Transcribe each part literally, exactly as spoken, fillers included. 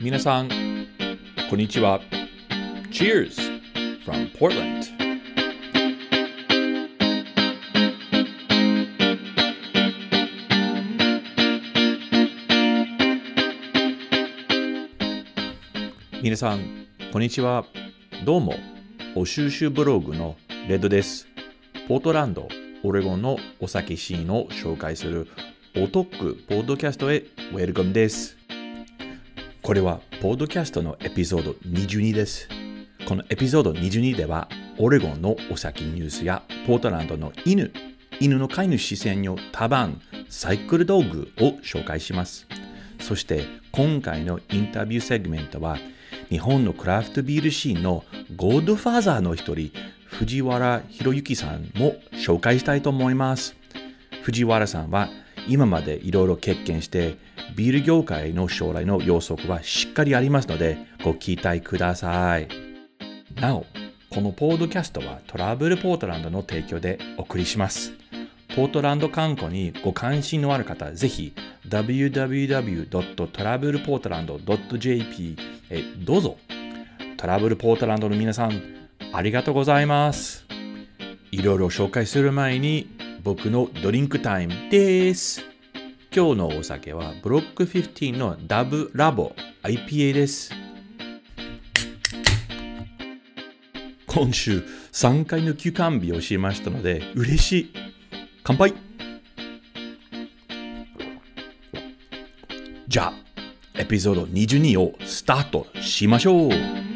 皆さん、こんにちは。Cheers from Portland. 皆さん、こんにちは。どうも、お収集ブログのレッドです。ポートランド、オレゴンのお酒シーンを紹介するお得ポッドキャストへウェルカムです。これはポッドキャストのエピソードにじゅうにです。このエピソードにじゅうにでは、オレゴンのお酒ニュースやポートランドの犬、犬の飼い主専用タバン、サイクル道具を紹介します。そして今回のインタビューセグメントは、日本のクラフトビールシーンのゴッドファーザーの一人、藤原博之さんも紹介したいと思います。藤原さんは今までいろいろ経験して、ビール業界の将来の予測はしっかりありますので、ご期待ください。なお、このポッドキャストはトラブルポートランドの提供でお送りします。ポートランド観光にご関心のある方、ぜひ ダブリューダブリューダブリュードットトラブルポートランドドットジェーピー へどうぞ。トラブルポートランドの皆さん、ありがとうございます。いろいろ紹介する前に、僕のドリンクタイムです。今日のお酒はブロックじゅうごのダブラボ アイピーエー です。今週さんかいの休館日をしましたので嬉しい。乾杯。じゃあエピソードにじゅうにをスタートしましょう。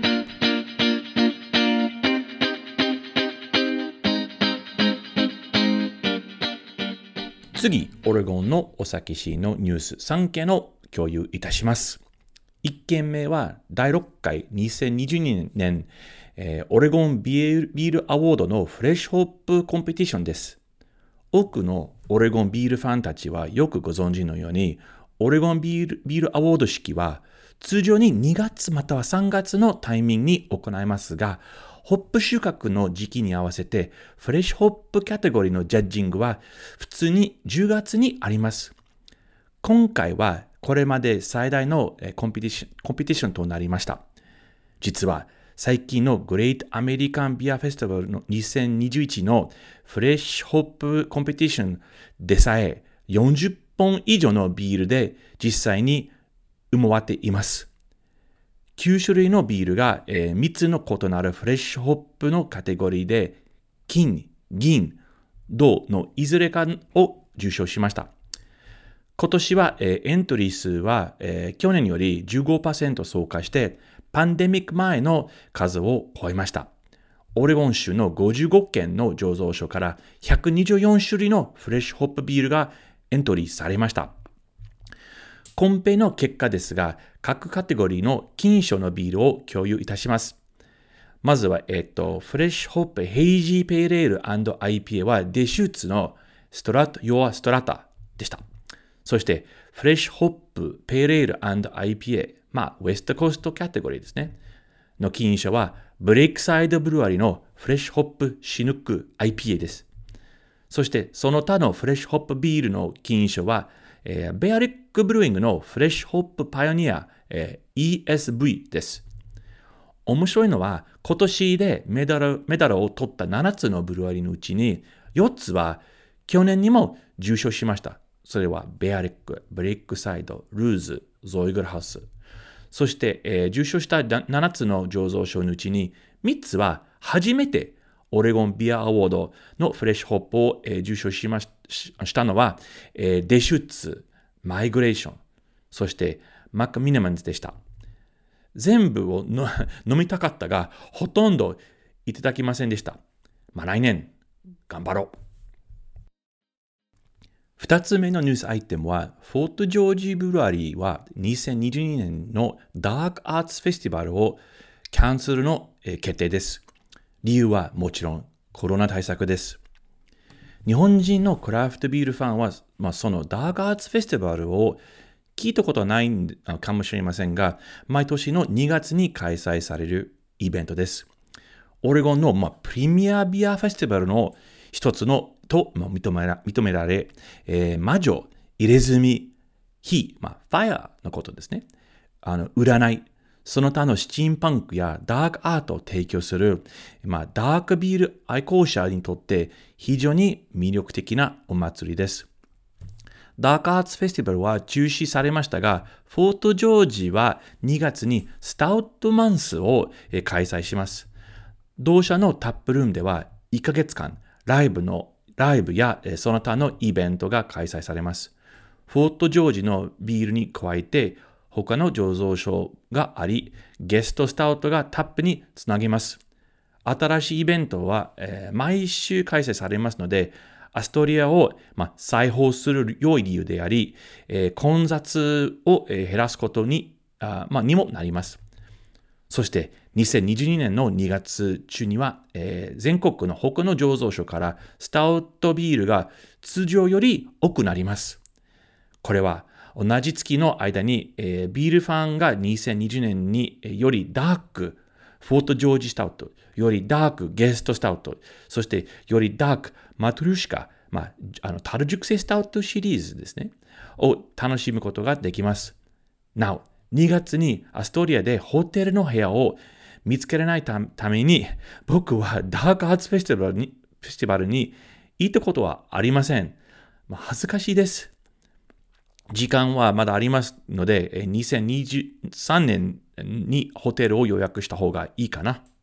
次、オレゴンのお酒シーンのニュースさんけんを共有いたします。いっけんめはだいろっかいにせんにじゅうにねん、えー、オレゴンビール、ビールアワードのフレッシュホップコンペティションです。多くのオレゴンビールファンたちはよくご存知のように、オレゴンビール、ビールアワード式は通常ににがつまたはさんがつのタイミングに行いますが、ホップ収穫の時期に合わせてフレッシュホップカテゴリーのジャッジングは普通にじゅうがつにあります。今回はこれまで最大のコンペティション、コンペティションとなりました。実は最近のグレートアメリカンビアフェスティバルのにせんにじゅういちのフレッシュホップコンペティションでさえよんじゅっぽん以上のビールで実際に埋もっています。きゅうしゅるいのビールが、えー、みっつの異なるフレッシュホップのカテゴリーで金、銀、銅のいずれかを受賞しました。今年は、えー、エントリー数は、えー、去年より じゅうごパーセント 増加してパンデミック前の数を超えました。オレゴン州のごじゅうごけんの醸造所からひゃくにじゅうよんしゅるいのフレッシュホップビールがエントリーされました。コンペの結果ですが、各カテゴリーの金賞のビールを共有いたします。まずは、えっと、フレッシュホップヘイジーペーレール アンドアイピーエー はデシューツのストラット・ヨア・ストラタでした。そして、フレッシュホップペーレール アンドアイピーエー、まあ、ウェストコーストカテゴリーですね。の金賞は、ブレイクサイドブルワリーのフレッシュホップシヌック アイピーエー です。そして、その他のフレッシュホップビールの金賞は、えー、ベアリックブルーイングのフレッシュホップパイオニア、えー、イーエスブイ です。面白いのは、今年でメダル、メダルを取ったななつのブルワリーのうちに、よっつは去年にも受賞しました。それはベアリック、ブレイクサイド、ルーズ、ゾイグルハウス。そして、えー、受賞したななつの醸造所のうちに、みっつは初めてオレゴンビアアワードのフレッシュホップを、えー、受賞しまし、したのは、えー、デシュッツ、マイグレーション、そしてマックミネマンズでした。全部をの飲みたかったが、ほとんどいただきませんでした。まあ来年、頑張ろう。二つ目のニュースアイテムは、フォートジョージブルワリーはにせんにじゅうにねんのダークアーツフェスティバルをキャンセルの決定です。理由はもちろんコロナ対策です。日本人のクラフトビールファンは、まあ、そのダークアーツフェスティバルを聞いたことはないかもしれませんが、毎年のにがつに開催されるイベントです。オレゴンの、まあ、プレミアビアフェスティバルの一つのと、まあ、認めら、認められ、えー、魔女、入れ墨、火、まあ、ファイアのことですね。 あの占い、その他のスチームパンクやダークアートを提供する、まあ、ダークビール愛好者にとって非常に魅力的なお祭りです。ダークアーツフェスティバルは中止されましたが、フォートジョージはにがつにスタウトマンスを開催します。同社のタップルームではいっかげつかんライブのライブやその他のイベントが開催されます。フォートジョージのビールに加えて他の醸造所があり、ゲストスタウトがタップにつなげます。新しいイベントは、えー、毎週開催されますので、アストリアを、まあ、裁縫する良い理由であり、えー、混雑を、えー、減らすことに、あまあ、にもなります。そしてにせんにじゅうにねんのにがつ中には、えー、全国の他の醸造所からスタウトビールが通常より多くなります。これは同じ月の間に、えー、ビールファンがにせんにじゅうねんによりダークフォートジョージスタウト、よりダークゲストスタウト、そしてよりダークマトゥルシカ、まあ、あの樽熟成スタウトシリーズですね、を楽しむことができます。なお、にがつにアストリアでホテルの部屋を見つけられないために、僕はダークアーツフェスティバルに、フェスティバルに行ったことはありません。まあ、恥ずかしいです。時間はまだありますので、にせんにじゅうさんねんにホテルを予約した方がいいかな。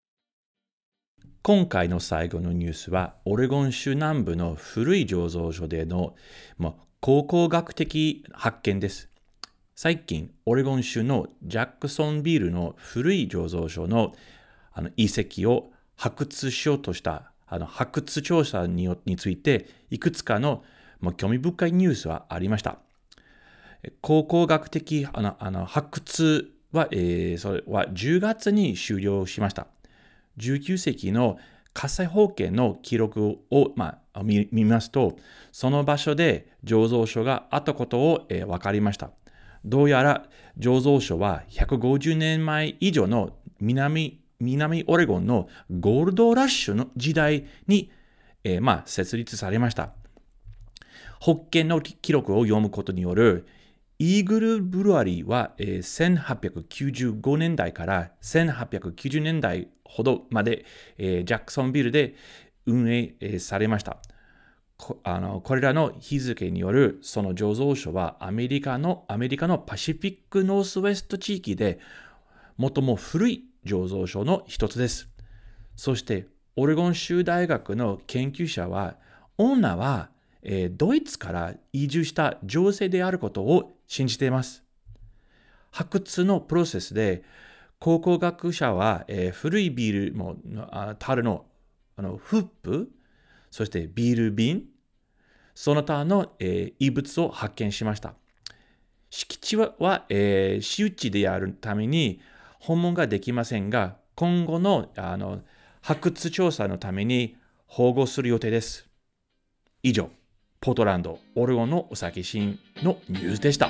今回の最後のニュースは、オレゴン州南部の古い醸造所での、まあ、考古学的発見です。最近、オレゴン州のジャクソンビールの古い醸造所の、あの遺跡を発掘しようとしたあの発掘調査 に, について、いくつかの、まあ、興味深いニュースはありました。考古学的あのあの発掘は、えー、それはじゅうがつに終了しました。じゅうきゅうせいきの火災保険の記録を、まあ、見, 見ますと、その場所で醸造所があったことを、えー、分かりました。どうやら醸造所はひゃくごじゅうねんまえ以上の南、南オレゴンのゴールドラッシュの時代に、えーまあ、設立されました。保険の記録を読むことによるイーグルブルワリーは、えー、せんはっぴゃくきゅうじゅうごねんだいからせんはっぴゃくきゅうじゅうねんだいほどまで、えー、ジャクソンビルで運営、えー、されました。こ, あのこれらの日付によるその醸造所はアメリカのアメリカのパシフィックノースウェスト地域で最も古い醸造所の一つです。そしてオレゴン州大学の研究者は、女は、えー、ドイツから移住した女性であることを信じています。発掘のプロセスで考古学者は、えー、古いビールもあ樽のあのフップ、そしてビール瓶、その他の、えー、異物を発見しました。敷地は、はえー、私有地であるために訪問ができませんが、今後の、あの発掘調査のために保護する予定です。以上、ポートランド、オレゴンのお酒シーンのニュースでした。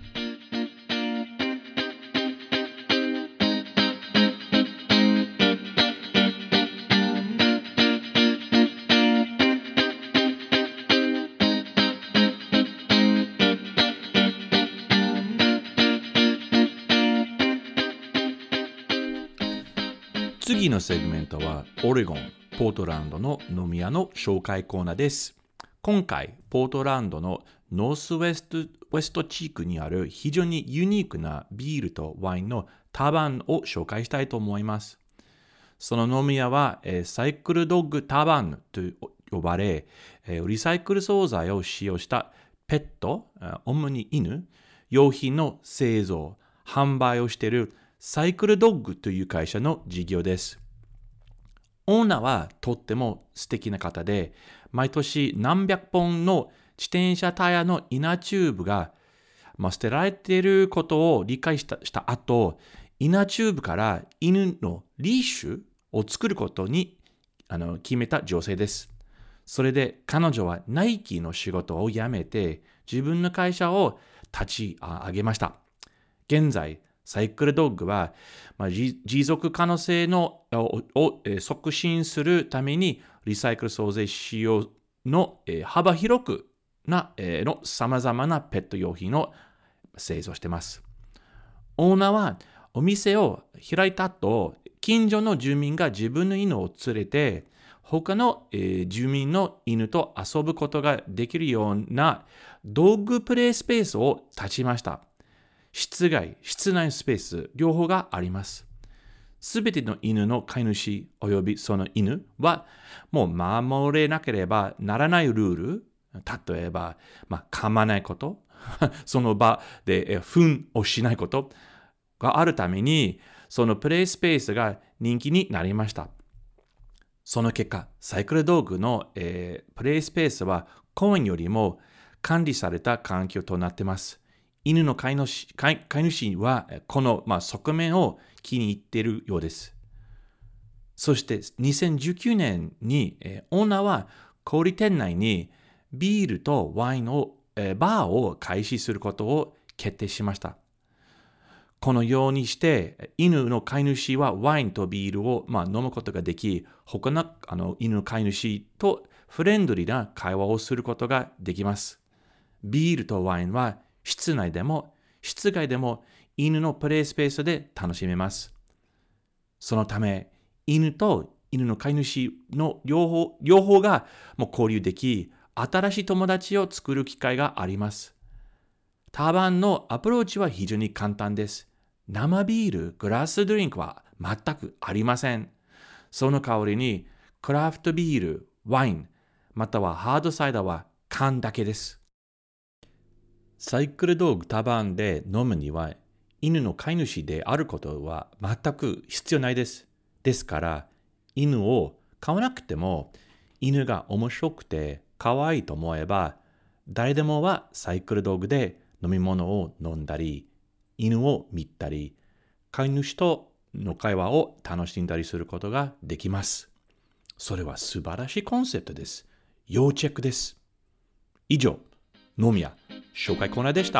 次のセグメントはオレゴン、ポートランドの飲み屋の紹介コーナーです。今回、ポートランドのノースウェスト、ウェスト地区にある非常にユニークなビールとワインのタバンを紹介したいと思います。その飲み屋は、えー、サイクルドッグタバンと呼ばれ、えー、リサイクル素材を使用したペット、主に犬、用品の製造、販売をしているサイクルドッグという会社の事業です。オーナーはとっても素敵な方で、毎年何百本の自転車タイヤのイナーチューブが、まあ、捨てられていることを理解した、した後、イナーチューブから犬のリーシュを作ることにあの決めた女性です。それで彼女はナイキの仕事を辞めて自分の会社を立ち上げました。現在、サイクルドッグは、まあ、持続可能性のをを促進するためにリサイクル素材使用の幅広くなの様々なペット用品を製造しています。 オーナーはお店を開いた後、近所の住民が自分の犬を連れて、他の、えー住民の犬と遊ぶことができるようなドッグプレイスペースを立ちました。室外、室内スペース、両方があります。すべての犬の飼い主及びその犬はもう守れなければならないルール、例えば、まあ、噛まないこと、その場でえ糞をしないことがあるために、そのプレイスペースが人気になりました。その結果、サイクルドッグの、えープレイスペースは公園よりも管理された環境となっています。犬の飼い主飼い飼い主はこの、まあ、側面を気に入っているようです。そしてにせんじゅうきゅうねんに、えーオーナーは小売店内にビールとワインを、えーバーを開始することを決定しました。このようにして、犬の飼い主はワインとビールを、まあ、飲むことができ、他のあの犬の飼い主とフレンドリーな会話をすることができます。ビールとワインは室内でも室外でも犬のプレイスペースで楽しめます。そのため、犬と犬の飼い主の両方両方がもう交流でき、新しい友達を作る機会があります。タバンのアプローチは非常に簡単です。生ビール、グラスドリンクは全くありません。その代わりに、クラフトビール、ワイン、またはハードサイダーは缶だけです。サイクルドッグタバンで飲むには、犬の飼い主であることは全く必要ないです。ですから、犬を飼わなくても、犬が面白くて可愛いと思えば、誰でもはサイクルドッグで飲み物を飲んだり、犬を見たり、飼い主との会話を楽しんだりすることができます。それは素晴らしいコンセプトです。要チェックです。以上、飲み屋紹介コーナーでした。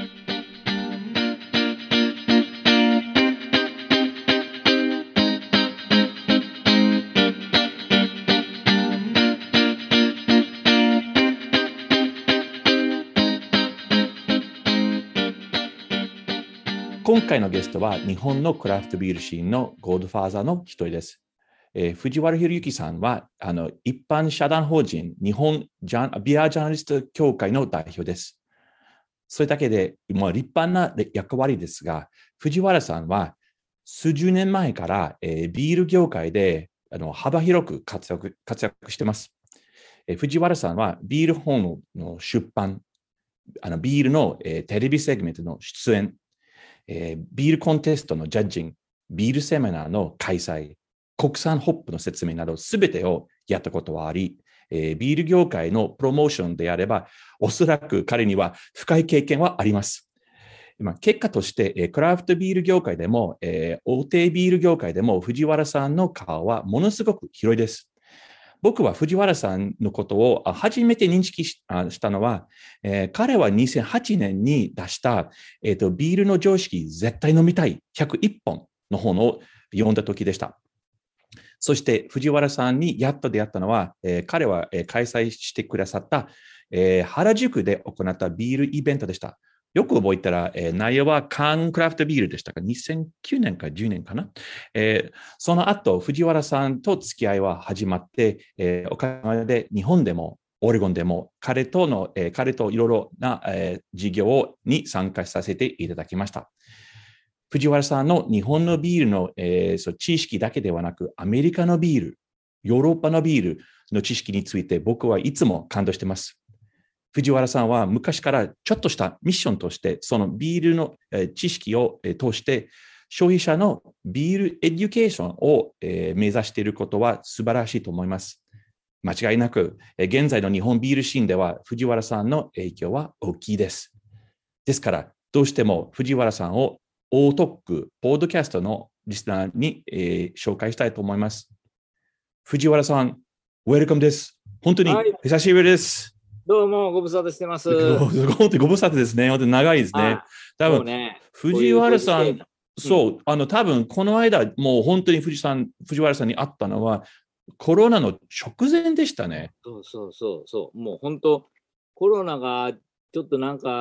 今回のゲストは日本のクラフトビールシーンのゴールドファーザーの一人です。えー藤原博之さんはあの一般社団法人日本ジャンビアジャーナリスト協会の代表です。それだけでもう立派な役割ですが、藤原さんは数十年前から、えービール業界であの幅広く活躍活躍しています。えー藤原さんはビール本の出版、あのビールの、えーテレビセグメントの出演、えービールコンテストのジャッジング、ビールセミナーの開催、国産ホップの説明などすべてをやったことはあり、えービール業界のプロモーションであれば、おそらく彼には深い経験はあります。まあ、結果として、えークラフトビール業界でも、えー大手ビール業界でも藤原さんの顔はものすごく広いです。僕は藤原さんのことをあ初めて認識しあしたのは、えー彼はにせんはちねんに出した、えーと、ビールの常識絶対飲みたいひゃくいっぽんの本を読んだ時でした。そして藤原さんにやっと出会ったのは、えー彼は、えー開催してくださった、えー原宿で行ったビールイベントでした。よく覚えたら、えー内容はカンクラフトビールでしたか、にせんきゅうねんかじゅうねんかな。えーその後、藤原さんと付き合いは始まって、えーおかげさまで日本でもオレゴンでも彼との、えー彼といろいろな、えー事業に参加させていただきました。藤原さんの日本のビールの、えーそう知識だけではなく、アメリカのビール、ヨーロッパのビールの知識について僕はいつも感動しています。藤原さんは昔からちょっとしたミッションとして、そのビールのえー知識をえー通して、消費者のビールエデュケーションをえー目指していることは素晴らしいと思います。間違いなく、えー現在の日本ビールシーンでは藤原さんの影響は大きいです。ですから、どうしても藤原さんをオートック、ポッドキャストのリスナーに、えー紹介したいと思います。藤原さん、ウェルカムです。本当にはい、 久しぶりです。 どうもご無沙汰してます。 ご本当にご無沙汰ですね。本当に長いですね。 はい、 多分、 もうね、こう藤いうご原さん、 時世、 そうう、あの、多分この間、もう本当に藤さん、藤原さんに会ったのは、コロナの直前でしたね。 そうそうそうそう、もう本当、コロナがちょっとなんか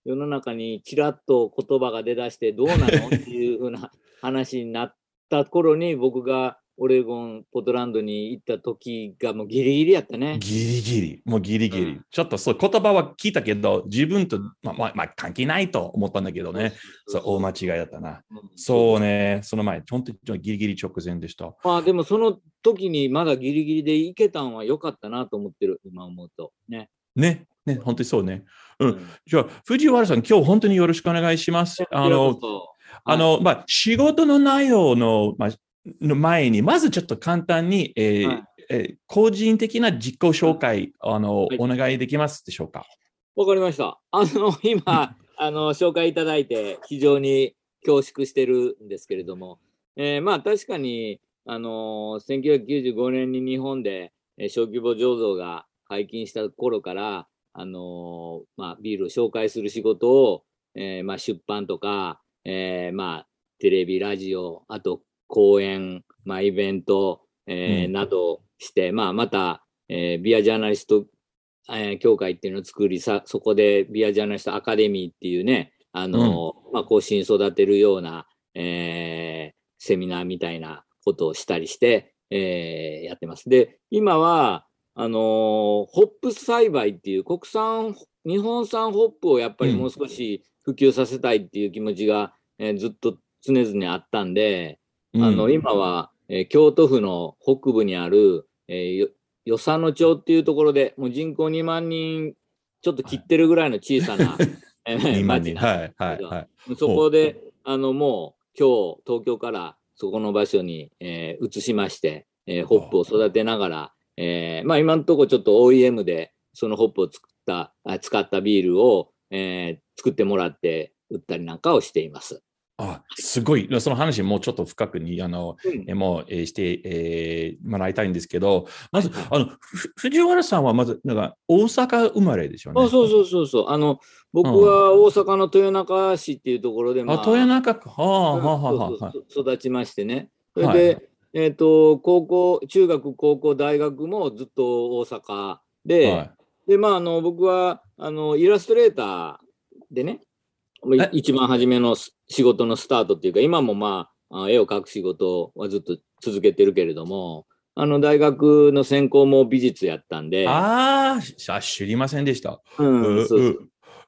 世の中にちらっと言葉が出だしてどうなのっていうふうな話になった頃に僕がオレゴン、ポートランドに行った時がもうギリギリやったね。 ギリギリ、もうギリギリ。 うん、 ちょっとそう言葉は聞いたけど、自分と、まあまあ、まあ、関係ないと思ったんだけどね。そう、大間違いだったな。うん、そうね、その前、本当にギリギリ直前でした。 まあでもその時にまだギリギリで行けたんは良かったなと思ってる、今思うと。ね。 ね、ね、本当にそうね。うん。うん、じゃあ、藤原さん、今日本当によろしくお願いします。あの、はい、あの、まあ、仕事の内容の、まあ、の前に、まずちょっと簡単に、えーはいえー、個人的な自己紹介、あの、はい、お願いできますでしょうか。 わかりました。あの、今、あの、紹介いただいて、非常に恐縮してるんですけれども、えー、まあ、確かに、あの、せんきゅうひゃくきゅうじゅうごねんに日本で、えー、小規模醸造が解禁した頃から、あの、まあ、ビールを紹介する仕事を、えー、まあ、出版とか、えー、まあ、テレビ、ラジオ、あと、講演、まあ、イベント、えーうん、などして、まあ、また、えー、ビアジャーナリストえー、協会っていうのを作りさ、そこでビアジャーナリストアカデミーっていうね、あの、うん、まあ、後進育てるような、えー、セミナーみたいなことをしたりして、えー、やってます。で、今は、あのー、ホップ栽培っていう国産、日本産ホップをやっぱりもう少し普及させたいっていう気持ちが、うん、えー、ずっと常々あったんで、うん、あの、今は、えー、京都府の北部にある、えー与謝野町っていうところで、もう人口にまんにんちょっと切ってるぐらいの小さな、えー、町なんですけど、はいはいはい、そこで、あの、もう今日東京からそこの場所に、えー、移しまして、えー、ホップを育てながら、えー、まあ今のところちょっと オーイーエム でそのホップを作った、使ったビールを、えー、作ってもらって売ったりなんかをしています。 あ、すごい。その話もうちょっと深くに、あの、うん、もう、えー、して、えー、もらいたいんですけど、まず、はいはい、あの、藤原さんはまず、なんか、大阪生まれでしょうね。 そうそうそうそう。あの、僕は大阪の豊中市っていうところで、まあ、 あ、豊中か。はあ、はあ、はあ、 はあ。育ちましてね。それで、はい、えっと、高校、中学、高校、大学もずっと大阪で、はい、で、まあ、あの、僕は、あの、イラストレーターでね、一番初めの仕事のスタートっていうか、今もまあ、絵を描く仕事はずっと続けてるけれども、あの、大学の専攻も美術やったんで。 ああ、知りませんでした。 うん、そうそう。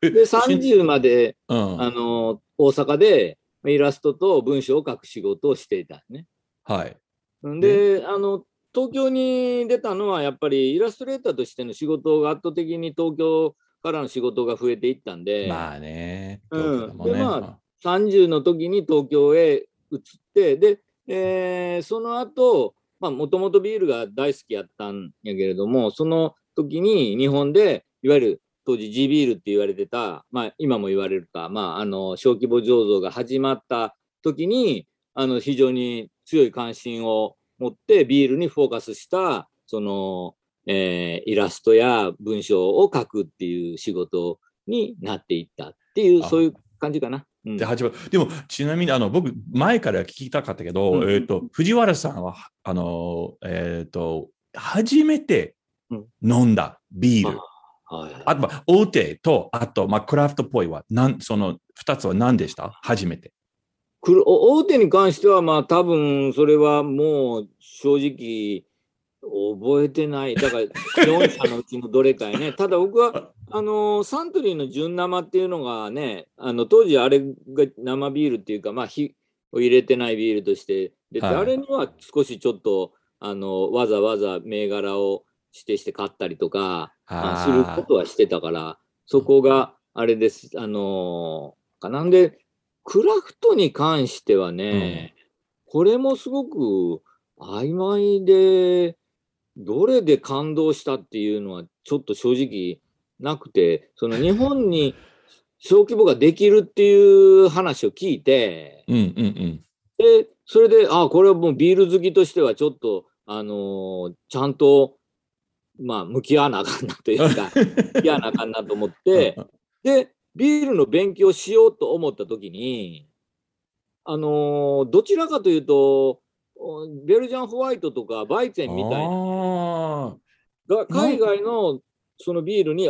で、さんじゅうまで、うん、あの、大阪でイラストと文章を書く仕事をしていたね。 はい。 で、あの、東京に出たのは、やっぱりイラストレーターとしての仕事が圧倒的に東京からの仕事が増えていったんで。 まあね。 うん。で、まあ、さんじゅうの時に東京へ移って、で、えー、その後、まあ、もともとビールが大好きやったんやけれども、その時に日本で、いわゆる当時 G ビールって言われてた、まあ、今も言われるか、まあ、あの、小規模醸造が始まった時に、あの、非常に強い関心を持ってビールにフォーカスした、その、えー、イラストや文章を書くっていう仕事になっていったっていう、そういう感じかな。 うん、で, でも、ちなみに、あの、僕、前から聞きたかったけど、うん、えっ、ー、と、藤原さんは、あの、えっ、ー、と、初めて飲んだビール。うん、はい、あと、大手と、あと、まあ、クラフトっぽいは、なん、その二つは何でした初めて。 大手に関しては、まあ、多分、それはもう、正直、覚えてない。だから、よん社のうちのどれかやね。ただ僕は、あの、サントリーの純生っていうのがね、あの、当時あれが生ビールっていうか、まあ、火を入れてないビールとして出て、はい、あれには少しちょっと、あの、わざわざ銘柄を指定して買ったりとか、まあ、することはしてたから、そこがあれです。あの、かなんで、クラフトに関してはね、うん、これもすごく曖昧で、どれで感動したっていうのはちょっと正直なくて、その日本に小規模ができるっていう話を聞いて、 うんうんうん、 で、それで、あ、これはもうビール好きとしてはちょっと、あのー、ちゃんと、まあ、向き合わなあかんなというか、向き合わなあかんなと思って、で、ビールの勉強しようと思った時に、あのー、どちらかというと、ベルジャンホワイトとかバイツェンみたいなが海外のそのビールに、あ、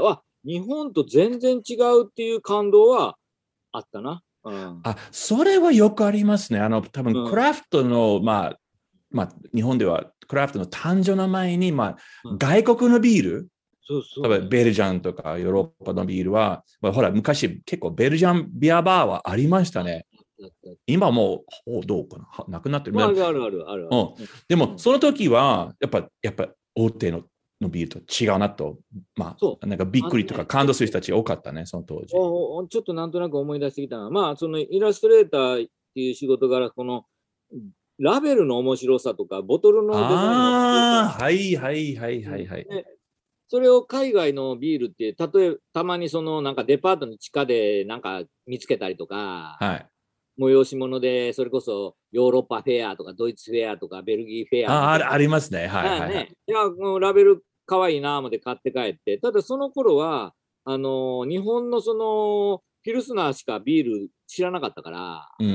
日本と全然違うっていう感動はあったな。うん、 あ、それはよくありますね。あの、多分、 うん、 クラフトの、まあ、まあ、日本ではクラフトの誕生の前に、まあ、 うん、 外国のビール、 そうそう、 例えばベルジャンとかヨーロッパのビールは、まあ、ほら、昔結構ベルジャンビアバーはありましたね。今もう、おどうかな、なくなってる。 あるあるあるあるある。 うん、でも、その時は、やっぱ、やっぱ大手ののビールと違うなと、まあ、なんかびっくりとか感動する人たち多かったね、その当時。 おちょっとなんとなく思い出してきたのは、まあ、そのイラストレーターっていう仕事柄、このラベルの面白さとか、ボトルのデザインの面白さ。 ああ、はいはいはいはいはい。 でそれを海外のビールって、例えたまにそのなんかデパートの地下でなんか見つけたりとか、 はい、 催し物で、それこそヨーロッパフェアとかドイツフェアとかベルギーフェアああ、ありますね。はいはい、はい。 ね、いや、もうラベルかわいいなぁまで買って帰って、ただその頃は、あのー、日本のその、ピルスナーしかビール知らなかったから、 うん、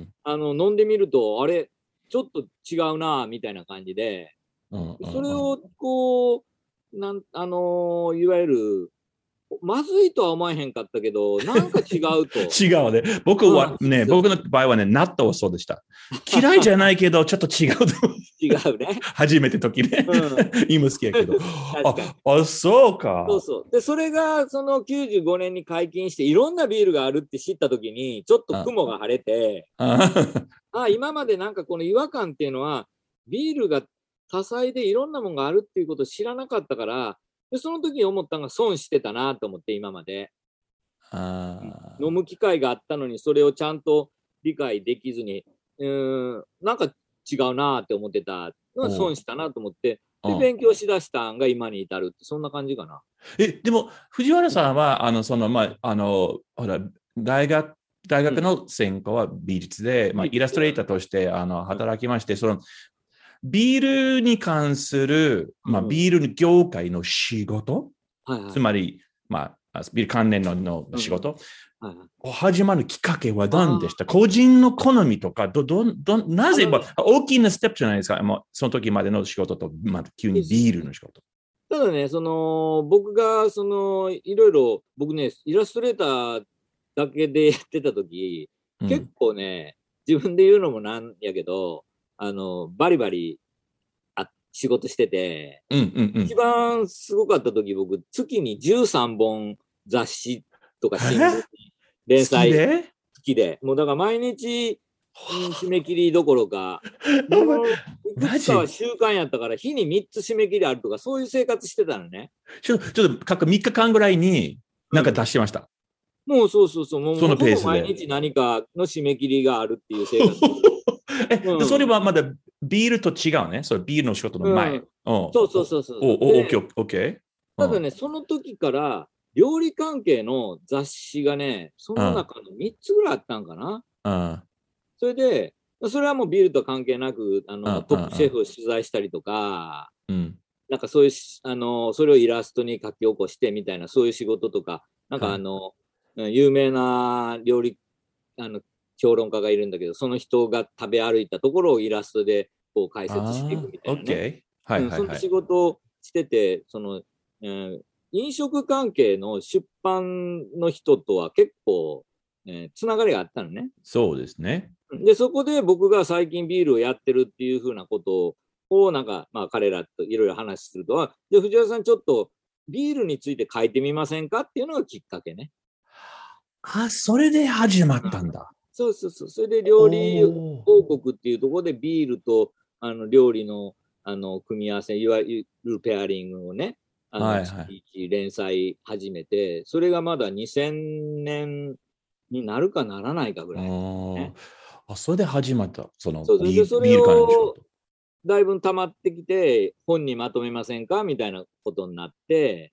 あの、飲んでみると、あれ、ちょっと違うなぁみたいな感じで、 うんうん、 それをこう、なん、あのー、いわゆる、まずいとは思えへんかったけど、なんか違うと。 違うね。僕はね、うん、僕の場合はね、納豆はそうでした。嫌いじゃないけど、ちょっと違うと。 違うね。 初めて時ね。うん、今好きやけど。あ, あ、そうか。 そうそう。で、それがそのきゅうじゅうごねんに解禁して、いろんなビールがあるって知ったときに、ちょっと雲が晴れて、ああ、今までなんかこの違和感っていうのは、ビールが多彩でいろんなものがあるっていうことを知らなかったから、でその時に思ったのが損してたなと思って、今まで。 あ飲む機会があったのに、それをちゃんと理解できずに、うーん、なんか違うなって思ってたのは損したなと思って、で、勉強しだしたんが今に至るって、そんな感じかな。 え、でも、藤原さんは、あの、その、まあ、あの、ほら、大学、大学の専攻は美術で、うん、まあ、イラストレーターとして、あの、働きまして、その、ビールに関する、まあ、ビール業界の仕事、うん、つまり、まあ、ビール関連のの仕事、うんはいはい、始まるきっかけは何でした？個人の好みとか、ど、ど、ど、なぜ、まあ、大きなステップじゃないですか、もうその時までの仕事と、まあ、急にビールの仕事。 ただね、その、僕が、その、いろいろ、僕ね、イラストレーターだけでやってた時、うん、結構ね、自分で言うのもなんやけど、あの、バリバリあ仕事してて、 うんうんうん、 一番すごかった時、僕、月にじゅうさんぼん雑誌とか新聞に連載好きで、もうだから毎日、締め切りどころか、もういくつかは習慣やったから、日にみっつ締め切りあるとか、そういう生活してたのね。 ちょっと、ちょっと、各みっかかんぐらいになんか出してました。 うん、もうそうそうそう、もうそのペースで毎日何かの締め切りがあるっていう生活。 え、うん、それはまだビールと違うね。それビールの仕事の前。うん、 そうそうそうそう。 お、お、オッケー、オッケー。 ただね、その時から料理関係の雑誌がね、その中のみっつぐらいあったんかな。 うん、 それで、それはもうビールと関係なく、あの、トップシェフを取材したりとか、うん、なんかそういう、あの、それをイラストに書き起こしてみたいな、そういう仕事とか、なんかあの、はい、有名な料理、あの、評論家がいるんだけど、その人が食べ歩いたところをイラストでこう解説していくみたいなね。はいはいはい、その仕事をしてて、その、うん、飲食関係の出版の人とは結構、えー、つながりがあったのね。 そうですね。 で、そこで僕が最近ビールをやってるっていうふうなことを、なんか、まあ彼らといろいろ話するとは、で、藤原さんちょっとビールについて書いてみませんかっていうのがきっかけね。 あ、それで始まったんだ。 そうそうそう。それで料理王国っていうところでビールとあの料理のあの組み合わせ、いわゆるペアリングをね、あの、はいはい、連載始めて、それがまだにせんねんになるかならないかぐらい、ね。 あ、それで始まった。そのそうそうでそれをだいぶ溜まってきて、本にまとめませんかみたいなことになって、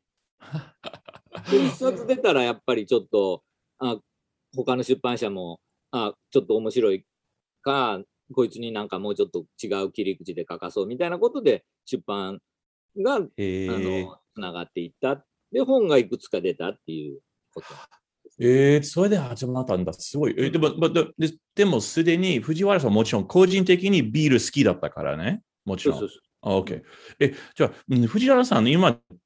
で一冊出たらやっぱりちょっと、あ他の出版社も、あちょっと面白いか、こいつになんかもうちょっと違う切り口で書かそうみたいなことで出版が、あの、つながっていった。で、本がいくつか出たっていうこと。 えー、それで始まったんだ。すごい。えー、でも、で, でもすでに藤原さんもちろん個人的にビール好きだったからね。もちろん。そうそうそう。あ、OK。え、じゃあ、藤原さんの今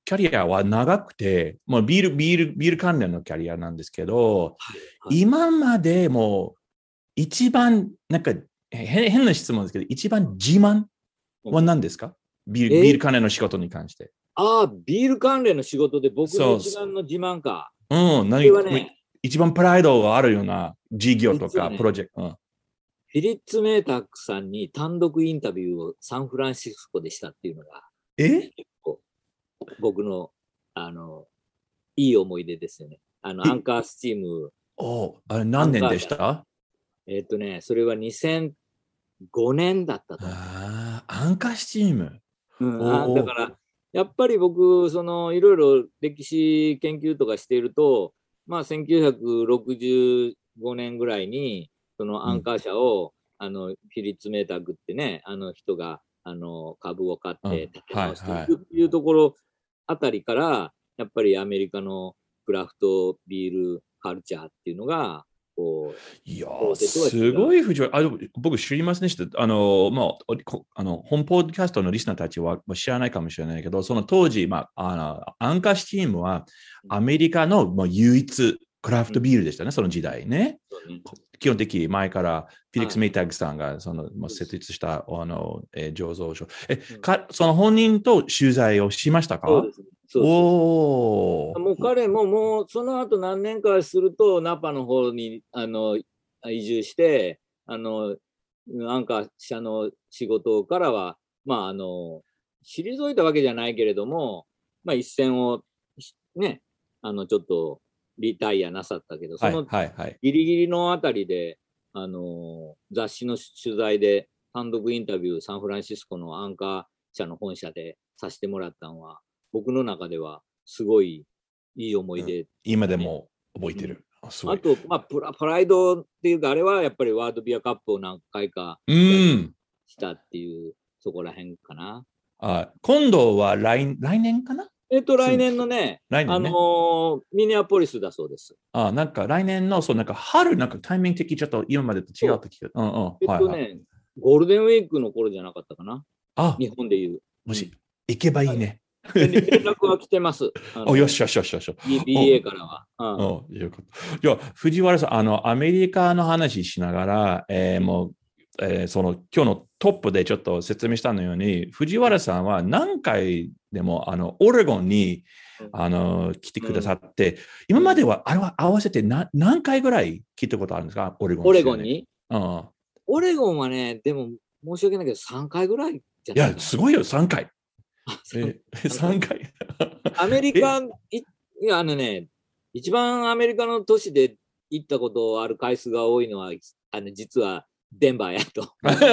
キャリアは長くて、もうビール、ビール、ビール関連のキャリアなんですけど、 はいはい、 今までも一番、なんか変変な質問ですけど、一番自慢は何ですか、うん、ビール、ビール関連の仕事に関して。 ああ、ビール関連の仕事で僕の一番の自慢か。うん、何か、ね、 一番プライドがあるような事業とか、ね、プロジェクト。うん、 フィリッツ・メータックさんに単独インタビューをサンフランシスコでしたっていうのが、 え僕の、あの、いい思い出ですよね。あの、アンカースチーム。 おあれ何年でした？ えっとね、それはにせんごねんだったと思う。 ああ、アンカースチーム。 うん、あだから、やっぱり僕、その、いろいろ歴史研究とかしていると、まあ、せんきゅうひゃくろくじゅうごねんぐらいに、そのアンカー社を、うん、あの、フィリッツ・メータックってね、あの人が、あの、株を買って立て直していくっていうところあたりから、うんはいはい、やっぱりアメリカのクラフトビールカルチャーっていうのが、こういやすごい藤原、あ僕知りませんでした。あの、まあ、あの本ポッドキャストのリスナーたちは知らないかもしれないけど、その当時、まあ、あのアンカースチームはアメリカの、まあ、唯一クラフトビールでしたね、うん、その時代ね。うん、基本的に前からフィリックス・メイタックさんがその、まあ、設立したあの、えー、醸造所。え、うん、か、その本人と取材をしましたか？ そうですね。そうそうそうおもう彼ももうその後何年かするとナパの方にあの移住してあのアンカー社の仕事からはまああの退いたわけじゃないけれどもまあ一線をねあのちょっとリタイアなさったけどそのギリギリのあたりであの雑誌の取材で単独インタビューサンフランシスコのアンカー社の本社でさせてもらったのは僕の中ではすごいいい思い出、ねうん、 今でも覚えてる。 うん、あと、まあプラ、プライドっていうか、あれはやっぱりワールドビアカップを何回かしたっていう、そこら辺かな。 あ今度は来来年かなえっと、来年のね、来年ねあのー、ミネアポリスだそうです。 あなんか来年の、そう、なんか春、なんかタイミング的ちょっと今までと違うと聞く。うんうん。 えっとね、はいはい、ゴールデンウィークの頃じゃなかったかな。 あ日本でいう。 もし、行けばいいね。 連絡は来てます。 およしよしよしよし。 ビーエー からは。 およかった。じゃあ、藤原さん、あの、アメリカの話しながら、えー、もう、えー、その、今日のトップでちょっと説明したのように、藤原さんは何回でも、あの、オレゴンに、あの、来てくださって、うん、今までは、あれは合わせて何何回ぐらい来たことあるんですか？オレゴン。 オレゴンに、 うん、 オレゴンはね、でも、申し訳ないけど、さんかいぐらいじゃないかな。 いや、すごいよ、さんかい。えさんかい。 アメリカ、いや、あのね、一番アメリカの都市で行ったことある回数が多いのは、あの実はデンバーやと。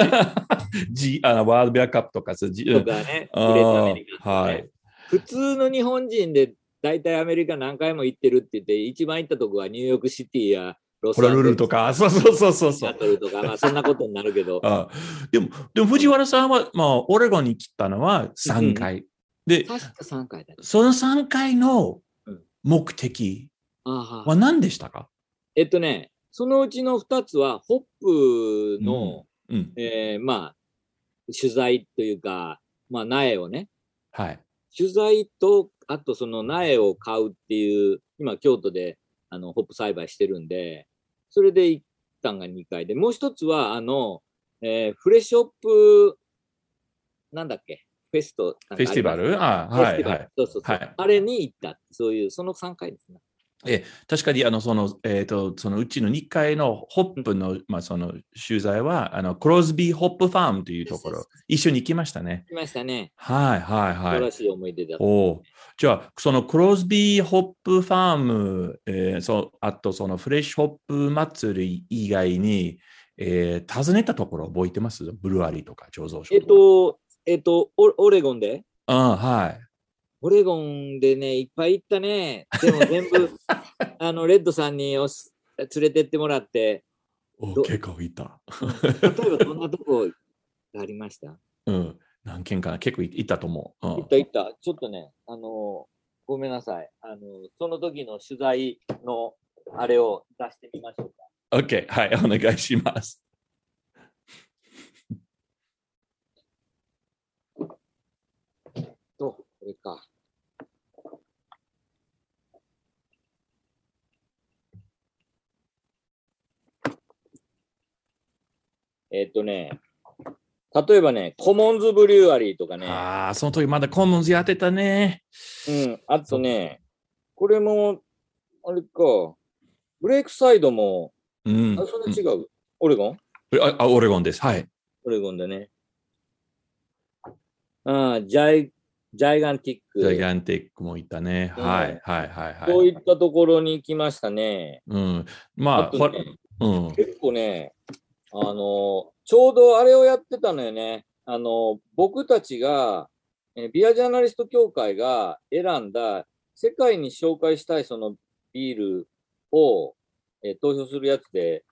G、あのワールドビアカップとか、とかね、グレートアメリカ、ね、 はい。 普通の日本人で大体アメリカ何回も行ってるって言って、一番行ったとこはニューヨークシティやロサンゼルスとか、そうそうそうそうそう。 とか、まあそんなことになるけど。 あでも、でも藤原さんは、まあ、オレゴンに来たのはさんかい。うん、で、 確かさんかいだ、ね、 そのさんかいの目的は何でしたか？ うん、えっとね、そのうちのふたつは、ホップの、うんうんえー、まあ、取材というか、まあ、苗をね、 はい、 取材と、あとその苗を買うっていう、今、京都であのホップ栽培してるんで、それで行ったんがにかいで、もう一つは、あの、えー、フレッシュホップ、なんだっけ、フェストフェスティバルあ、はい、はい。 そうそうそう、はい。あれに行った、そういう、そのさんかいですね。 え確かにあのその、えーと、そのうちのにかいのホップの、うん、まあ、その取材はあのクロスビーホップファームというところ一緒に行きましたね。 行きましたね。 はいはいはい。 素晴らしい思い出だった。 おじゃあそのクロスビーホップファーム、えー、そあとそのフレッシュホップ祭り以外に、えー、訪ねたところ覚えてます？ブルワリーとか醸造所とか。 えっとえっとオレゴンであはい。 オレゴンでね、いっぱい行ったね。でも全部、あの、レッドさんにおす連れてってもらって。 お結構行った、 うん。例えばどんなとこがありました？ うん。何件かな結構行ったと思う。 うん、行った行った。ちょっとね、あの、ごめんなさい。あの、その時の取材のあれを出してみましょうか。 OK。はい、お願いします。 と、これか。 えっとね、例えばね、コモンズブリュワリーとかね。 ああ、その時まだコモンズやってたね。 うん。あとね、これも、あれか、ブレイクサイドも、 うん。 あ、それ違う。オレゴンあ、あオレゴンです。はい。 オレゴンだね。ああ、ジャイ、ジャイガンティッジャイク。 ガンティックもいたね。 うん。 はい、はい、はい、はい。 そういったところに行きましたね。 うん。まあ、ほら、 あとね、 うん。 結構ね、あの、ちょうどあれをやってたのよね。あの、僕たちが、えビアジャーナリスト協会が選んだ世界に紹介したいそのビールを、えー投票するやつで、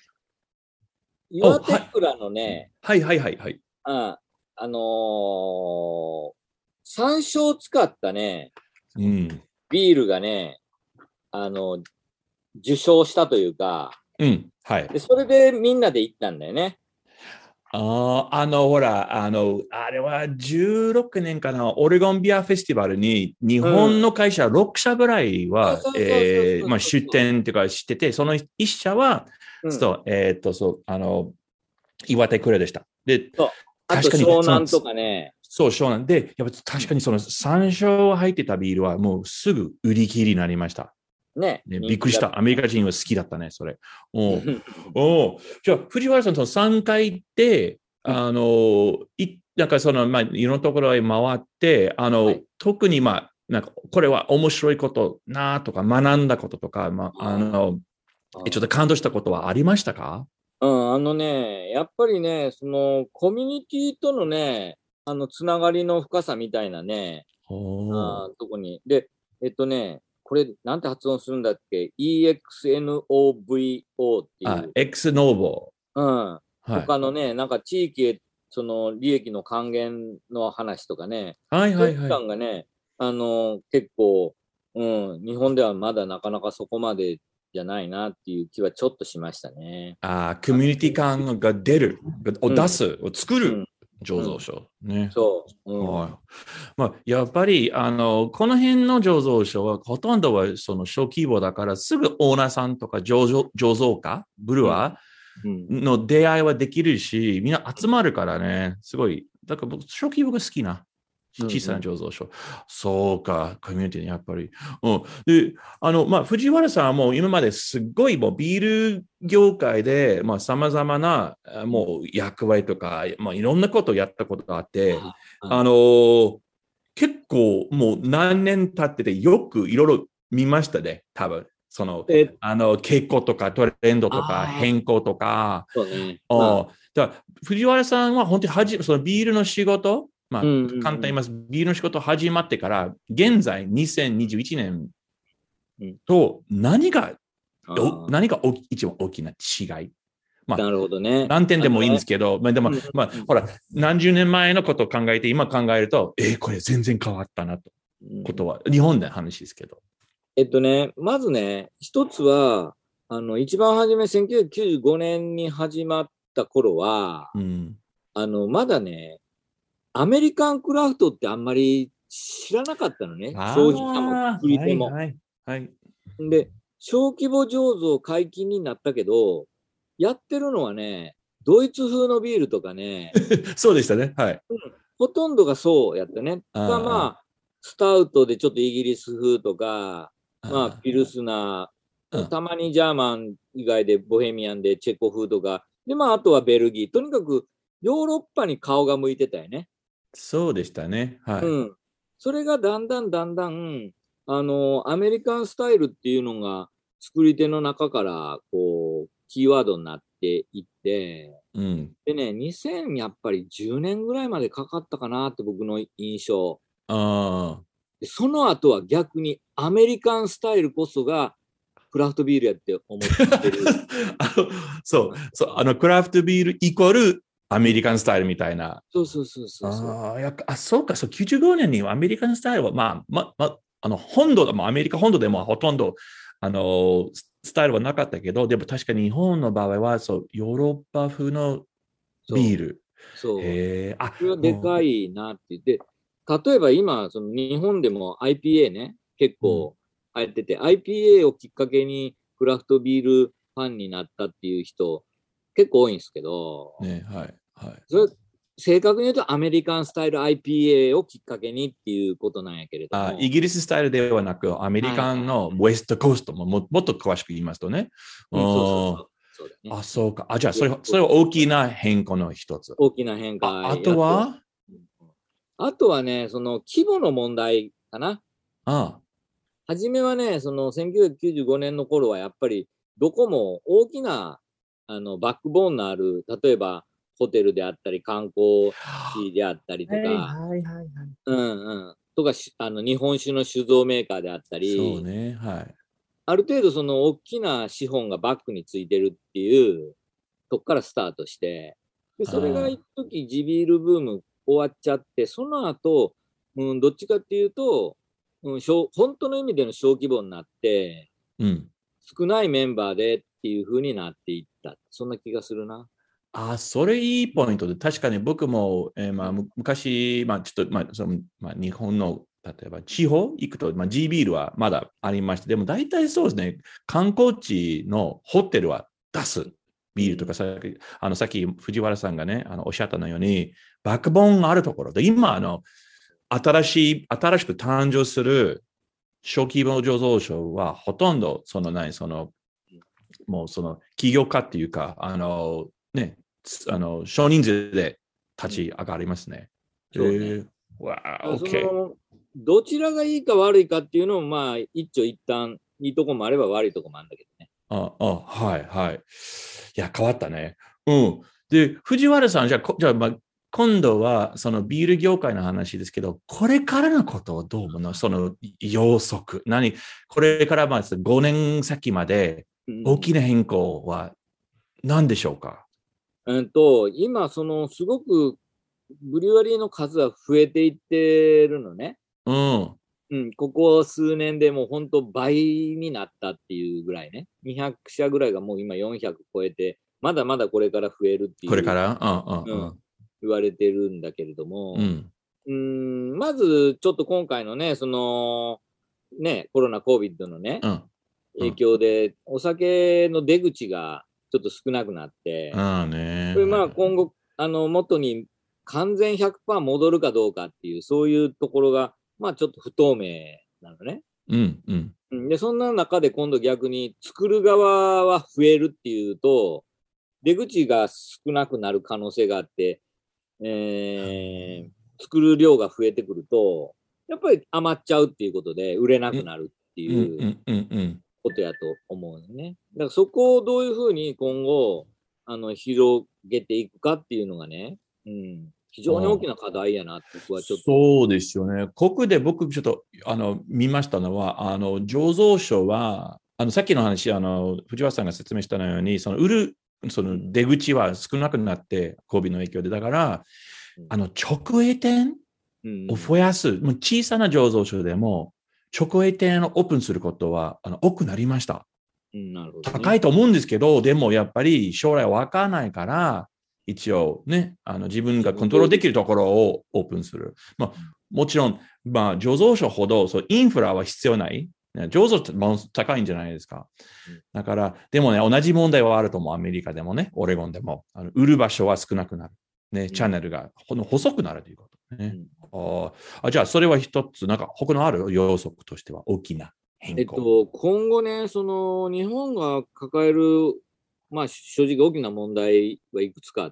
お、 岩手はい。 蔵のね、 はい、はい、はい、はい。 あ、あのー山椒を使ったね、 うん。 ビールがね、あの、受賞したというか、 うん。はい。 で、それでみんなで行ったんだよね。 ああ、あの、ほら、あの、あれはじゅうろくねんかな、オレゴンビアフェスティバルに、日うん。 本の会社ろく社ぐらいは、 そうそうそうそうえー、まあ、 そうそう出展っていうかしてて、そのいっ社は、 うん。 そう、えーっと、そう、あの、岩手クレでした。で、 そう。あと確かに、その、 湘南とかね。 そう、そうなんで、やっぱ確かにその山椒が入ってたビールはもうすぐ売り切りになりました。 ね、 ね、びっ人気だった。 くりした。アメリカ人は好きだったね、それ。おおじゃあ、藤原さんとさんかい行って、あの、い、なんかその、まあ、いろんなところへ回って、あの、 はい。 特にまあ、なんか、これは面白いことなとか、学んだこととか、まあ、あの、ちょっと感動したことはありましたか？ うん、あのね、やっぱりね、そのコミュニティとのね、あのつながりの深さみたいなね、 おおあーとこに。で、えっとね、これなんて発音するんだっけ？ イーエックスエヌオーブイオー っていあ、 う。 エクスノーボうん。 ー。はい。 他のね、なんか地域へ、その利益の還元の話とかね、 はいそういう期はいはい。 間がね、あの、結構、うん、日本ではまだなかなかそこまでじゃないなっていう気はちょっとしましたね。 あ、コミュニティ感が出る、をうん、 出す、を作るうん、 醸うん。 造所。ね。 そう、うん。 はい。まあ、やっぱり、あの、この辺の醸造所は、ほとんどはその小規模だから、すぐオーナーさんとか醸造醸造家、ブルうん。 ワうん。 ーの出会いはできるし、みんな集まるからね、すごい。だから僕、小規模が好きな。 うん。 小さなうん。 醸造所。そうか、コミュニティにやっぱり。うん。で、あの、まあ、藤原さんはもう今まですっごいもうビール業界で、まあ、様々な、もう役割とか、まあ、いろんなことをやったことがあって、 はい。はあい。 の、結構もう何年経っててよくいろいろ見ましたね、多分。その、 え、 あの、傾向とかトレンドとかああ、 変更とか、 そうね。まあ、 あだから藤原さんは本当にはじそのビールの仕事、まあ、 うんうん簡単に言います。ビールの仕事始まってから、現在にせんにじゅういちねんうん。うん。 と何が、 ああ、 何が一番大きな違い？まあ、 なるほどね。 何点でもいいんであのね。 すけど、まあ、でも、 うんうんまあ、 うん。 ほら、何十年前のことを考えて、今考えると、えー、これ全然変わったなと。ことは、日本での話ですけど。 えっとね、まずね、一つは、あの、一番初め、せんきゅうひゃくきゅうじゅうごねんに始まった頃は、 うん。 あの、まだね、アメリカンクラフトってあんまり知らなかったのね。消費者もああ、 作り手も。 はいはい。はい。 で、小規模醸造解禁になったけど、やってるのはね、ドイツ風のビールとかね、 そうでしたね。はい。 うん、ほとんどがそうやったね。か、 あまあ、スタウトでちょっとイギリス風とか、まあ、 あ、 ピルスナー、 ああ、 たまにジャーマン以外でボヘミアンでチェコ風とか、で、まあ、あとはベルギー。とにかくヨーロッパに顔が向いてたよね。 そうでしたね。はい。 うん。それがだんだんだんだん、あの、アメリカンスタイルっていうのが作り手の中から、こう、キーワードになっていって、 うん。 でね、にせんやっぱりじゅうねんぐらいまでかかったかなって僕の印象。 あでその後は逆にアメリカンスタイルこそがクラフトビールやって思ってる。 あ。あの、そう、そう、あの、クラフトビールイコールアメリカンスタイルみたいな。 そうそうそうそうそう。 ああ、やっぱ、あ、そうか、そう、きゅうじゅうごねんにアメリカンスタイルは、まあ、ま、ま、あの、本土でも、アメリカ本土でもほとんど、あの、スタイルはなかったけど、でも確かに日本の場合は、そう、ヨーロッパ風のビーそう。 ル。 そう。 へえ、あ、 それはでうん、 かいなって言って、例えば今、その日本でも アイピーエー ね、結うん、 構流行ってて、アイピーエー をきっかけにクラフトビールファンになったっていう人、 結構多いんですけど、 ね、はい、はい。 それ正確に言うとアメリカンスタイル アイピーエー をきっかけにっていうことなんやけれどあ、 も。 イギリススタイルではなく、アメリカンのウェストコーストもももっと詳しく言いますとね。 うん、そうそうそおう。そうだね。 あ、そうか。あ、じゃあ、それ、それは大きな変更の一つ。 大きな変あ、 化あとやと。 はあとはね、その規模の問題かな。 あ初めはね、そのせんきゅうひゃくきゅうじゅうごねんの頃はやっぱりどこも大きなあのバックボーンのある、例えばホテルであったり観光地であったりとはいか、 はいはいはい。 うんうん、とかあの日本酒の酒造メーカーであったり、 そうね、はい。 ある程度その大きな資本がバックについてるっていうとこからスタートして、でそれがあ一時地ビールブーム終わっちゃって、その後、うん、どっちかっていうと、うん、小本当の意味での小規模になって、 うん。 少ないメンバーでっていう風になっていった。そんな気がするな。 あ、それいいポイントで、確かに僕も、えーまあ、む昔、まあ、ちょっと、まあ、その、まあ、日本の、例えば地方行くと、まあ、G ビールはまだありまして、でも大体そうですね、観光地のホテルは出す。ビールとかさ、あのさっき藤原さんがね、あのおっしゃったのように、バックボーンがあるところで、今、あの、新しい、新しく誕生する小規模醸造所は、ほとんど、そのない、その、もうその起業家っていうか、あの、ね、あの少人数で立ち上がりますね。 そうね。 えー、わあ、 そ OK。 の、どちらがいいか悪いかっていうのも、まあ、一長一短、いいとこもあれば悪いとこもあるんだけどね。 あ、あ、はい、はい。いや、変わったね。うん。で、藤原さん、じゃあ、じゃあ、まあ、今度は、そのビール業界の話ですけど、これからのことをどう思うのその予測。何これからまあごねん先まで大きな変更は何でしょうか？ うんと、今、その、すごく、ブリュワリーの数は増えていってるのね。 うん。 うん、ここ数年でもう本当倍になったっていうぐらいね。にひゃく社ぐらいがもう今よんひゃく超えて、まだまだこれから増えるっていう、 これからううんうんん、言われてるんだけれどうん。うも、 ん。 うん、まずちょっと今回のね、その、ね、コロナ、コービッドのね、 うん。う影ん。 響で、お酒の出口がちょっと少なくなって、 ああね。 これまあはいはい。 今後、あの、元に完全ひゃくパーセント戻るかどうかっていう、そういうところが、まあちょっと不透明なのね。 うんうん。 うんで、そんな中で今度逆に作る側は増えるっていうと、出口が少なくなる可能性があって、えー作る量が増えてくると、やっぱり余っちゃうっていうことで売れなうんくなるってうんいううんうんうん。 ことやと思うのね。だからそこをどういうふうに今後、あの、広げていくかっていうのがね、うん、非常に大ああきな課題やなって僕はちょっと。 そうですよね。ここで僕ちょっとあの見ましたのは、あの醸造所は、あのさっきの話、あの藤原さんが説明したように、その売るその出口は少なくなって、コビ d の影響で、だから、あの直営店を増やす、もう小さな醸造所でも、直営店をオープンすることはあの多くなりました。 うん、なるほどね。 高いと思うんですけど、でもやっぱり将来わからないから、一応ね、あの自分がコントロールできるところをオープンする。まあ、もちろん、まあ、醸造所ほどそうインフラは必要ない。醸造って高いんじゃないですか。だから、でもね、同じ問題はあると思う。アメリカでもね、オレゴンでも。あの売る場所は少なくなる。ね、チャンネルが細くなるということね。うん、あじゃあ、それは一つ、なんか他のある要素としては大きな変更。 えっと、今後ね、その日本が抱える、まあ正直大きな問題はいくつかあって、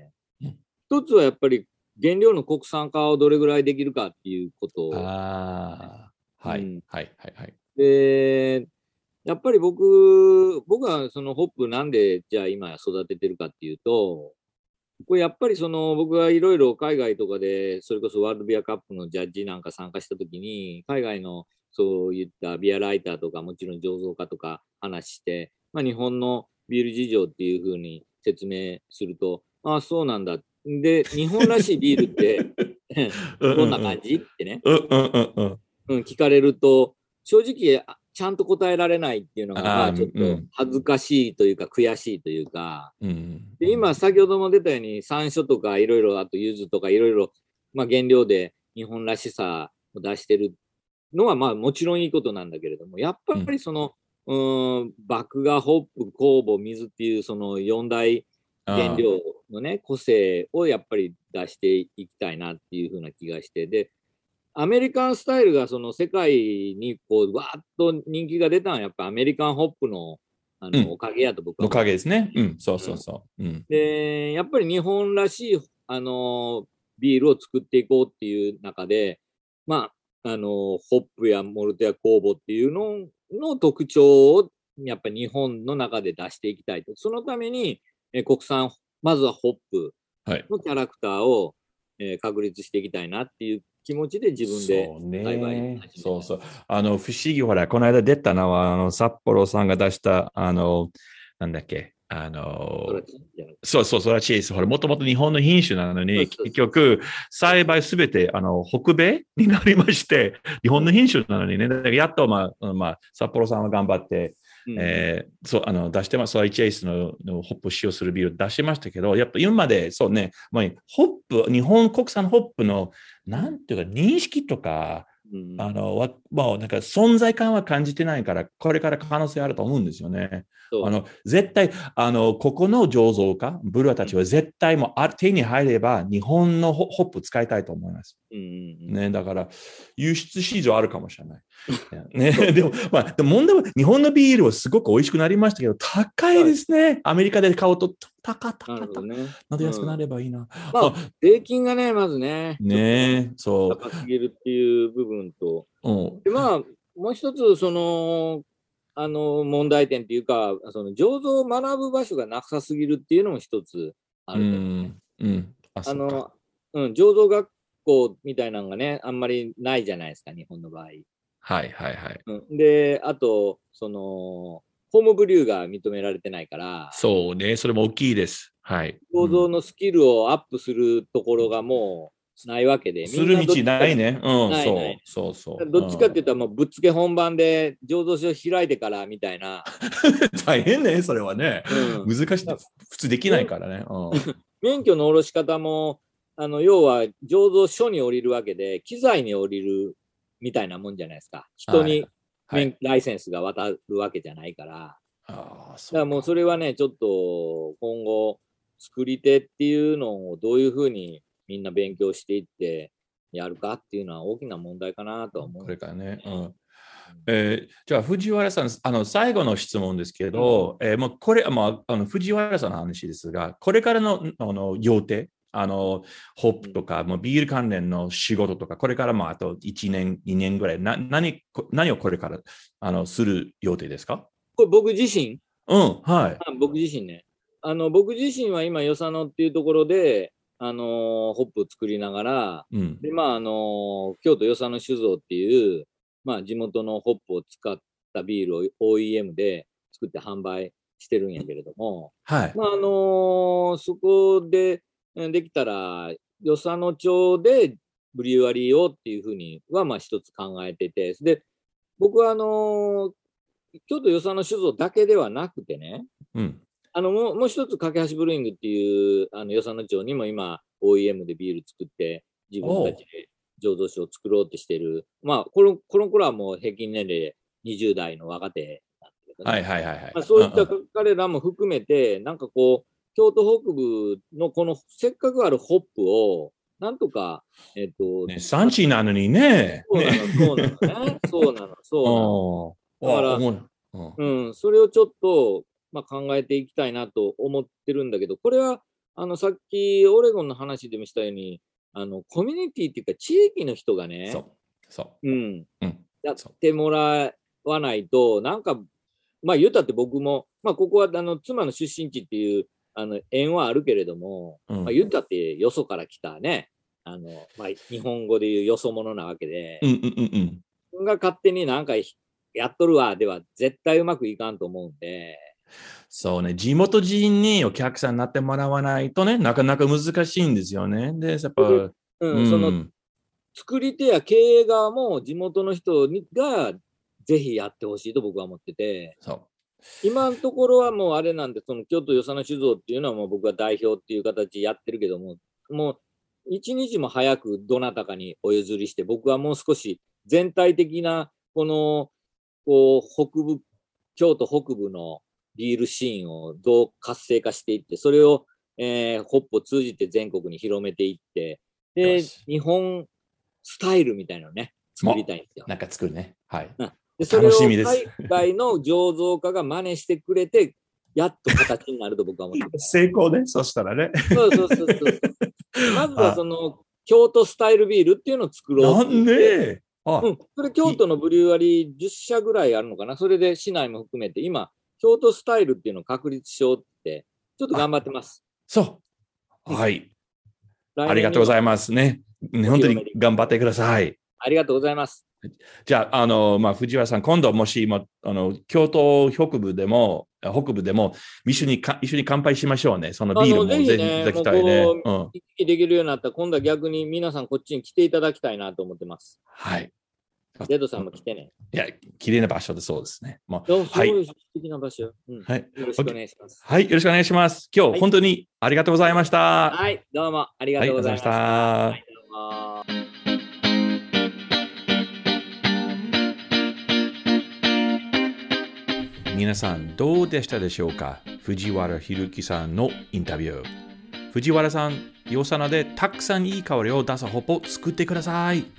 うん、一つはやっぱり原料の国産化をどれぐらいできるかっていうこと。 ああ、はい、うん、はい、はい、はい。 で、やっぱり僕、僕はそのホップなんでじゃあ今育ててるかっていうと、これやっぱりその僕がいろいろ海外とかで、それこそワールドビアカップのジャッジなんか参加したときに、海外のそういったビアライターとか、もちろん醸造家とか話して、まあ、日本のビール事情っていうふうに説明すると、ああ、そうなんだ。で、日本らしいビールってどんな感じってね、うん、聞かれると、正直、ちゃんと答えられないっていうのが、まあちょっと恥ずかしいというか、悔しいというか、うん、で今、先ほども出たように、山椒とかいろいろ、あと柚子とかいろいろ、まあ原料で日本らしさを出してるのは、まあもちろんいいことなんだけれども、やっぱりその、うん、麦芽、ホップ、酵母、水っていうそのよん大原料のね、個性をやっぱり出していきたいなっていうふうな気がして、で、アメリカンスタイルがその世界にこう、わーっと人気が出たのはやっぱアメリカンホップの、あの、 うん。 おかげやと僕はお思う。 かげですね。うん、そうそうそう。うん。 で、やっぱり日本らしい、あの、ビールを作っていこうっていう中で、まあ、あの、ホップやモルトや酵母っていうのの特徴を、やっぱり日本の中で出していきたいと。そのために、え国産、まずはホップはい。 のキャラクターを、えー確立していきたいなっていう気持ちで自分でそう栽培ね。 始めた。 そうそう。あの、不思議、ほら、この間出たのは、あの、札幌さんが出した、あの、なんだっけ、あの、 そらちじゃなくて。 そうそう、それはチェイス。ほら、もともと日本の品種なのに、 そうそう結局、栽培すべて、あの、北米になりまして、日本の品種なのにね、だからやっと、まあ、まあ、札幌さんは頑張って、 うんうん。 えー、そう、あの、出してます。ソイチェイスののホップを使用するビール出してましたけど、やっぱ今まで、そうね、まあ、ホップ、日本国産ホップの、なんていうか、認識とか、 うんうん。 あの、わまあ、なんか存在感は感じてないから、これから可能性あると思うんですよね。 そう。 あの、絶対、あの、ここの醸造家、ブルワーたちうんは絶対もうあ手に入れば、日本のホホップ使いたいと思います。 うんうんうん。 ね、だから、輸出市場あるかもしれない。ね、 そう。 でも、まあ、でも問題は、日本のビールはすごく美味しくなりましたけど、高いですね。アメリカで買うと、高、高、 なるほど高、 ね。 なんで安くなうん。 ればいいな。あ、 まあ、税金がね、まずね、ちょっとね、 ねそ高すぎるっていう部分と、 う。うん。 で、まあ、もう一つ、その、あの、問題点っていうか、その、醸造を学ぶ場所がなさすぎるっていうのも一つあうると思う。 ん。うん。あ、そっか。 あの、うん、醸造学校みたいなのがね、あんまりないじゃないですか、日本の場合。 はいはいはい。 うん、で、あと、その、ホームブリューが認められてないから、 そうね。それも大きいです。はい。う醸造ん。 のスキルをアップするところがもうないわけで、みんなどっする道ちか、 ないね。うん、 ないない。 そう、そうそう。 どっちかってうん、 言ったらもうぶっつけ本番で醸造所を開いてからみたいな、 大変ね、それはね。 うん。 難しい。普通できない免からね。うん。 免許の下ろし方も、あの、要は醸造所に降りるわけで、機材に降りるみたいなもんじゃないですか。人はい。 に免はい。 ライセンスが渡るわけじゃないから。だかああ、そらもううか。 それはね、ちょっと今後、作り手っていうのをどういうふうにみんな勉強していってやるかっていうのは大きな問題かなとは思うこんですよれからね。うね。 ん。えーじゃあ、藤原さん、あの、最後の質問ですけうん。うん。 ど、えーもうこれ、まあ、あの、藤原さんの話ですが、これからの、あの、予定、あの、ホッうん。 プとか、もうビール関連の仕事とか、これからもあといちねん、にねんぐらい、な、何、こ何をこれから、あの、する予定ですか？ これ僕自身うん、はい。 あ僕自身ね。あの、僕自身は今、与謝野っていうところで、あのーホップを作りながら、 うん。 で、まあ、あのー京都与謝野酒造っていう、まあ、地元のホップを使ったビールを オーイーエム で作って販売してるんやけれども、 はい。 まあ、あのーそこで、えできたら、与謝野町でブリュワリーをっていうふうには、まあ、一つ考えてて、で、僕は、あのー京都与謝野酒造だけではなくてね、 うん。 あの、もう、もう一つ、架橋ブルーイングっていう、あの、与謝野町にも今、オーイーエム でビール作って、自分たおう。 ちで醸造酒を作ろうとしてる。まあ、この、この頃はもう平均年齢にじゅう代の若手なんだけどはいね。 はいはいはい。 まあ、そういったうんうん。 彼らも含めて、なんかこう、京都北部のこのせっかくあるホップを、なんとか、えっと、 ね、産使っ地なのにね。ね。 そうなの、そうなのね。そうなの、そうなの。 おー。わ、 だから、 思う。うん。 うん、それをちょっと、まあ、考えていきたいなと思ってるんだけど、これは、あの、さっきオレゴンの話でもしたように、あの、コミュニティっていうか、地域の人がね、 そう。そうん、 う。うん。 やっそう。 てもらわないと、なんか、まあ、言うたって僕も、まあ、ここは、あの、妻の出身地っていう、あの、縁はあるけれども、まあ、 うん。 言うたって、よそから来たね、あの、まあ、日本語で言うよそ者なわけで、 うんうんうんうん。 が勝手になんかやっとるわでは絶対うまくいかんと思うんで、 そうね。地元人にお客さんになってもらわないとね、なかなか難しいんですよね。で、やっぱ、 それで、 ううん、そのん。 作り手や経営側も地元の人にがぜひやってほしいと僕は思ってて、 そ今のところはもうあれなんで、その京都与謝野酒造っていうのはもう僕は代表っていう形でやってるけども、もう一日も早くどなたかにお譲りして、僕はもう少し全体的なこのこう北部、京都北部のビールシーンをどう活性化していって、それをえーホップを通じて全国に広めていって、で、 よし日本スタイルみたいなのをね、作りたいんですよ。 なんか作るね。はい。 でそれを楽しみです海外の醸造家が真似してくれて、やっと形になると僕は思ってます。 成功ね、そしたらね。 そうそうそうそう。まずはその、京都スタイルビールっていうのを作ろうなって言っんてであ、 うん、それ京都のブリュワリーじゅっしゃぐらいあるのかな。それで市内も含めて、今、京都スタイルっていうのを確立しようって、ちょっと頑張ってます。 そう。はい。 来年にはありがとうございますね。ね本当に頑張ってください。 ありがとうございます。 じゃあ、あの、まあ、藤原さん、今度もしも、あの、京都北部でも、北部でも、一緒にか、一緒に乾杯しましょうね。そのビールもあのぜひぜねひいただきたいね。 もううん。 行き来できるようになったら、今度は逆に皆さんこっちに来ていただきたいなと思ってます。 はい。 デドさんも来てね。 いや、綺麗な場所でそうですね。もうどうはいそうです素敵な場所、うんはい。 よろしくお願いします。 はい。よろしくお願いします。今日、 はい本当にありがとうございました。 はい、どうもありがとうございました。 はいはい、どうも。 皆さん、どうでしたでしょうか？藤原弘樹さんのインタビュー。藤原さん、洋皿でたくさんいい香りを出すホップを作ってください。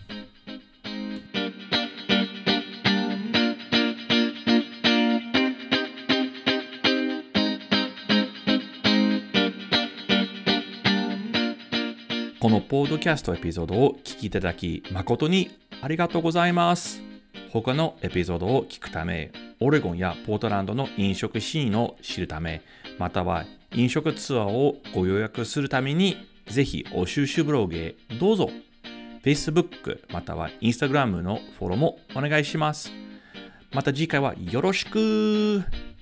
このポッドキャストエピソードを聞きいただき誠にありがとうございます。他のエピソードを聞くため、オレゴンやポートランドの飲食シーンを知るため、または飲食ツアーをご予約するために、ぜひお収集ブログへどうぞ。Facebook または Instagram のフォローもお願いします。また次回はよろしく。